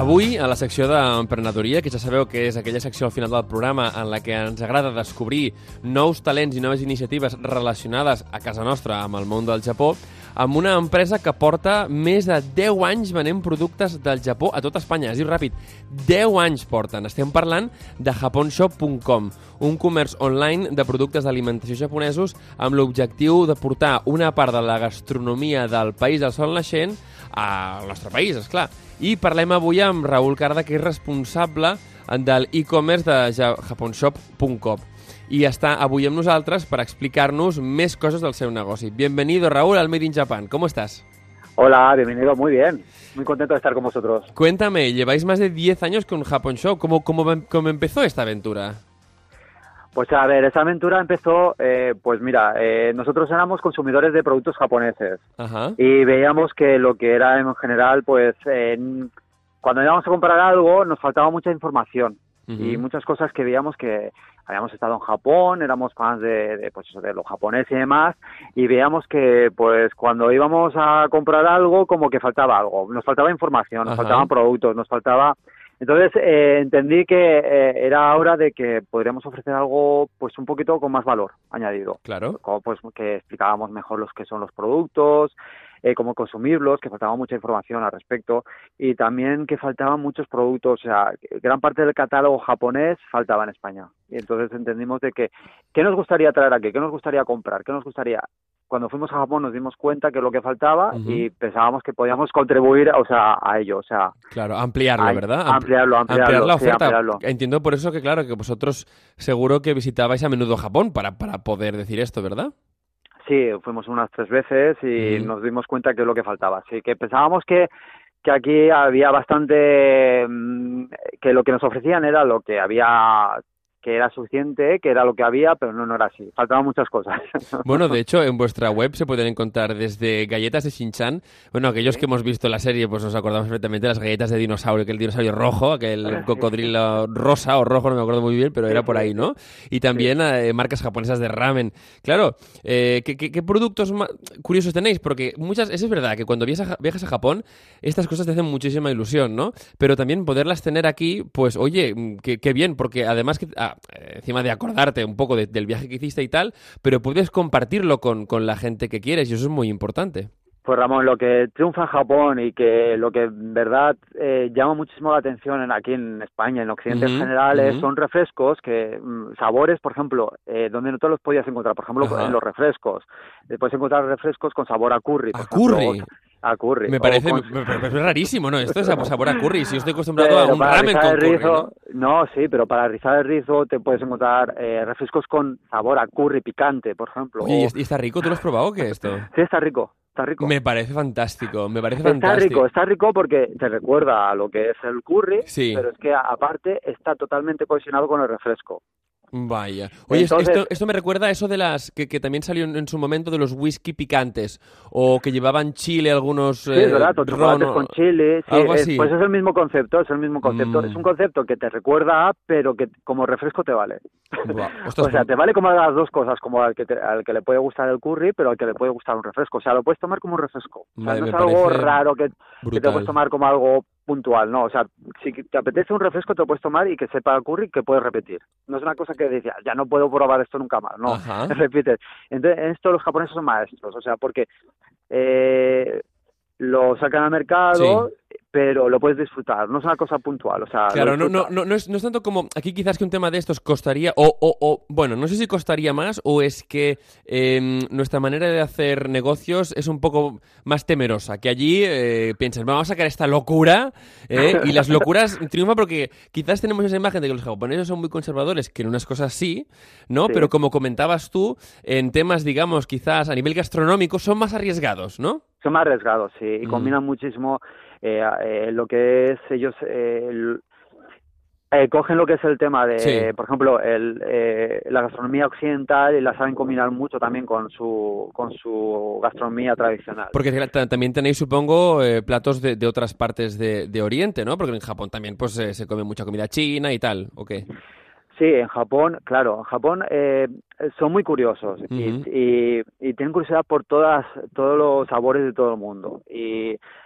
Avui, a la secció d'emprenedoria, que ja sabeu que és aquella secció al final del programa en la que ens agrada descobrir nous talents i noves iniciatives relacionades a casa nostra amb el món del Japó, amb una empresa que porta més de 10 anys venent productes del Japó a tot Espanya. Es diu ràpid, 10 anys porten. Estem parlant de japonshop.com, un comerç online de productes d'alimentació japonesos amb l'objectiu de portar una part de la gastronomia del país del sol naixent al nostre país, esclar. I parlem avui amb Raúl Carda, que és responsable del e-commerce de japonshop.com. Y está avui amb nosaltres para explicarnos més cosas del seu negoci. Bienvenido, Raúl, al Made in Japan. ¿Cómo estás? Hola, bienvenido, muy bien. Muy contento de estar con vosotros. Cuéntame, lleváis más de 10 años con Japon Shop. ¿Cómo empezó esta aventura? Pues a ver, esta aventura empezó, nosotros éramos consumidores de productos japoneses. Ajá. Y veíamos que lo que era en general, cuando íbamos a comprar algo nos faltaba mucha información. Y muchas cosas que veíamos que habíamos estado en Japón, éramos fans de lo japonés y demás, y veíamos que pues cuando íbamos a comprar algo como que faltaba algo, nos faltaba información, nos faltaban productos, nos faltaba... Entonces entendí que era hora de que podríamos ofrecer algo pues un poquito con más valor añadido. Claro. Como, pues que explicábamos mejor los que son los productos, cómo consumirlos, que faltaba mucha información al respecto y también que faltaban muchos productos, o sea, gran parte del catálogo japonés faltaba en España. Y entonces entendimos de que qué nos gustaría traer aquí, qué nos gustaría comprar, qué nos gustaría... Cuando fuimos a Japón nos dimos cuenta que es lo que faltaba y pensábamos que podíamos contribuir, a ello, Claro, ampliarlo, ¿verdad? Ampliar la oferta. Sí, ampliarlo. Entiendo por eso que, claro, que vosotros seguro que visitabais a menudo Japón para poder decir esto, ¿verdad? Sí, fuimos unas 3 veces y nos dimos cuenta que es lo que faltaba. Así que pensábamos que aquí había bastante... que lo que nos ofrecían era lo que había... que era suficiente, que era lo que había, pero no era así. Faltaban muchas cosas. Bueno, de hecho, en vuestra web se pueden encontrar desde galletas de Shin-chan. Bueno, aquellos que hemos visto la serie, pues nos acordamos perfectamente de las galletas de dinosaurio, que el dinosaurio rojo, aquel cocodrilo rosa o rojo, no me acuerdo muy bien, pero era por ahí, ¿no? Y también marcas japonesas de ramen. Claro, ¿qué productos curiosos tenéis? Porque eso es verdad, que cuando viajas a Japón, estas cosas te hacen muchísima ilusión, ¿no? Pero también poderlas tener aquí, pues oye, qué bien, porque además que... encima de acordarte un poco del viaje que hiciste y tal, pero puedes compartirlo con la gente que quieres y eso es muy importante. Pues Ramón, lo que triunfa en Japón y que lo que en verdad llama muchísimo la atención aquí en España, en Occidente en general, son refrescos, sabores, por ejemplo, donde no te los podías encontrar. Por ejemplo, en los refrescos. Puedes encontrar refrescos con sabor a curry. ¿A curry? A curry. Me parece es rarísimo, ¿no? Esto es sabor a curry. Si yo estoy acostumbrado a un ramen con curry, ¿no? No, sí, pero para rizar el rizo te puedes encontrar refrescos con sabor a curry picante, por ejemplo. ¿Y está rico? ¿Tú lo has probado o qué esto? Sí, está rico. Está rico. Me parece fantástico, Está rico porque te recuerda a lo que es el curry, sí. Pero es que aparte está totalmente cohesionado con el refresco. Vaya. Oye, entonces, esto me recuerda a eso de las que también salió en su momento de los whisky picantes o que llevaban chile algunos... Sí, es verdad, chocolates con chile. Sí, algo así. Pues es el mismo concepto, Es un concepto que te recuerda a, pero que como refresco te vale. O sea, te vale como a las dos cosas, como al que le puede gustar el curry, pero al que le puede gustar un refresco. O sea, lo puedes tomar como un refresco. O sea, no es algo raro que te puedes tomar como algo puntual, no. O sea, si te apetece un refresco te lo puedes tomar y que sepa a curry que puedes repetir. No es una cosa que decía, ya no puedo probar esto nunca más, no. Repites. Entonces, en esto los japoneses son maestros, o sea, porque lo sacan al mercado, pero lo puedes disfrutar, no es una cosa puntual, o sea... Claro, no es tanto como... Aquí quizás que un tema de estos costaría, bueno, no sé si costaría más o es que nuestra manera de hacer negocios es un poco más temerosa, que allí piensan, vamos a sacar esta locura, y las locuras triunfan porque quizás tenemos esa imagen de que los japoneses son muy conservadores, que en unas cosas sí, ¿no? Sí. Pero como comentabas tú, en temas, digamos, quizás a nivel gastronómico, son más arriesgados, ¿no? Son más arriesgados, sí, y combinan muchísimo lo que es ellos... cogen lo que es el tema de, por ejemplo, la gastronomía occidental y la saben combinar mucho también con su gastronomía tradicional. Porque también tenéis, supongo, platos de otras partes de Oriente, ¿no? Porque en Japón también pues se come mucha comida china y tal, ¿o qué? Sí, en Japón, claro, en Japón son muy curiosos y tienen curiosidad por todos los sabores de todo el mundo. Y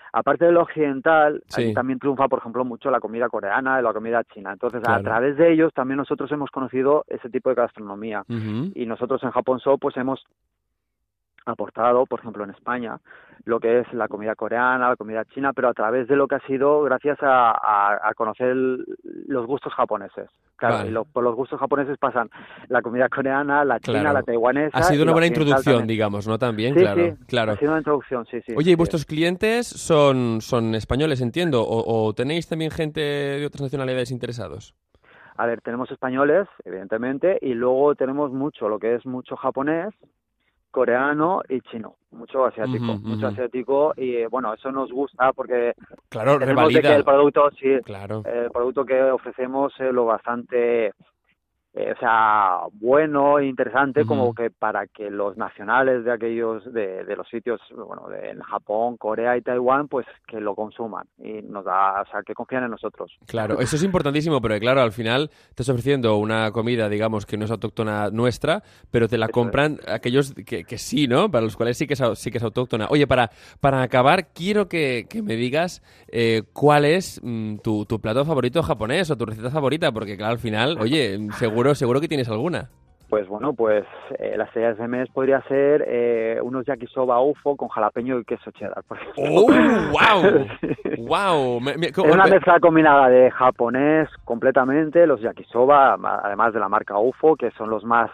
aparte de lo occidental, Sí. ahí también triunfa, por ejemplo, mucho la comida coreana y la comida china. Entonces, Claro. a través de ellos también nosotros hemos conocido ese tipo de gastronomía. Ujú. Y nosotros en Japón Shop pues hemos aportado, por ejemplo, en España, lo que es la comida coreana, la comida china, pero a través de lo que ha sido gracias a conocer los gustos japoneses. Claro, Vale. y por los gustos japoneses pasan la comida coreana, la china, Claro. la taiwanesa. Ha sido y una la buena occidental introducción, también. digamos, ¿no? También, Sí, claro. sí, Claro. ha sido una introducción, sí, sí. Oye, ¿y sí. vuestros clientes son españoles, entiendo? ¿O tenéis también gente de otras nacionalidades interesados? A ver, tenemos españoles, evidentemente, y luego tenemos mucho mucho japonés, coreano y chino, mucho asiático, Ujú, mucho ujú. asiático, y bueno, eso nos gusta porque Claro, entendemos de que revalida. el producto, sí, Claro. el producto que ofrecemos es lo bastante, o sea, bueno e interesante como Ujú. que para que los nacionales de aquellos, de los sitios, bueno, en Japón, Corea y Taiwán, pues que lo consuman y nos da, o sea, que confían en nosotros. Claro, eso es importantísimo, pero claro, al final te estás ofreciendo una comida, digamos, que no es autóctona nuestra, pero te la Eso es. compran aquellos que sí, ¿no? Para los cuales sí que es autóctona. Oye, para acabar, quiero que me digas cuál es tu plato favorito japonés o tu receta favorita, porque claro, al final, oye, seguro que tienes alguna. Pues bueno, pues las estrellas de mes podría ser unos yakisoba UFO con jalapeño y queso cheddar, por ejemplo. ¡Oh, wow! Sí. ¡Wow! Es una mezcla combinada de japonés completamente, los yakisoba, además de la marca UFO, que son lo más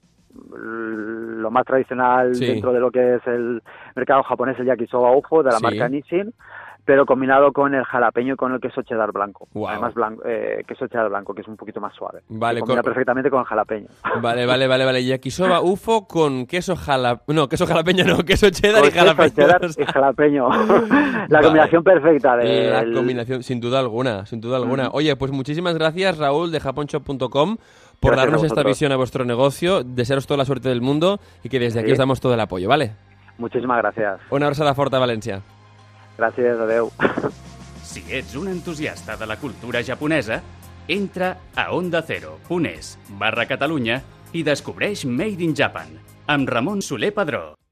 tradicional Sí. dentro de lo que es el mercado japonés, el yakisoba UFO de la Sí. marca Nissin, pero combinado con el jalapeño y con el queso cheddar blanco. Wow. Además, queso cheddar blanco, que es un poquito más suave. Vale, que combina perfectamente con el jalapeño. Vale. Yakisoba UFO con queso jalapeño no, queso cheddar Con y jalapeño. queso cheddar y jalapeño. La Vale. combinación perfecta. La combinación, sin duda alguna, sin duda alguna. Oye, pues muchísimas gracias, Raúl, de japonshop.com, por Gracias darnos a esta vosotros. visión a vuestro negocio. Desearos toda la suerte del mundo y que desde aquí Sí. os damos todo el apoyo, ¿vale? Muchísimas gracias. Una abraçada forta a València. Gràcies, adeu. Si ets un entusiasta de la cultura japonesa, entra a ondacero.es/Catalunya i descobreix Made in Japan amb Ramon Soler Padró.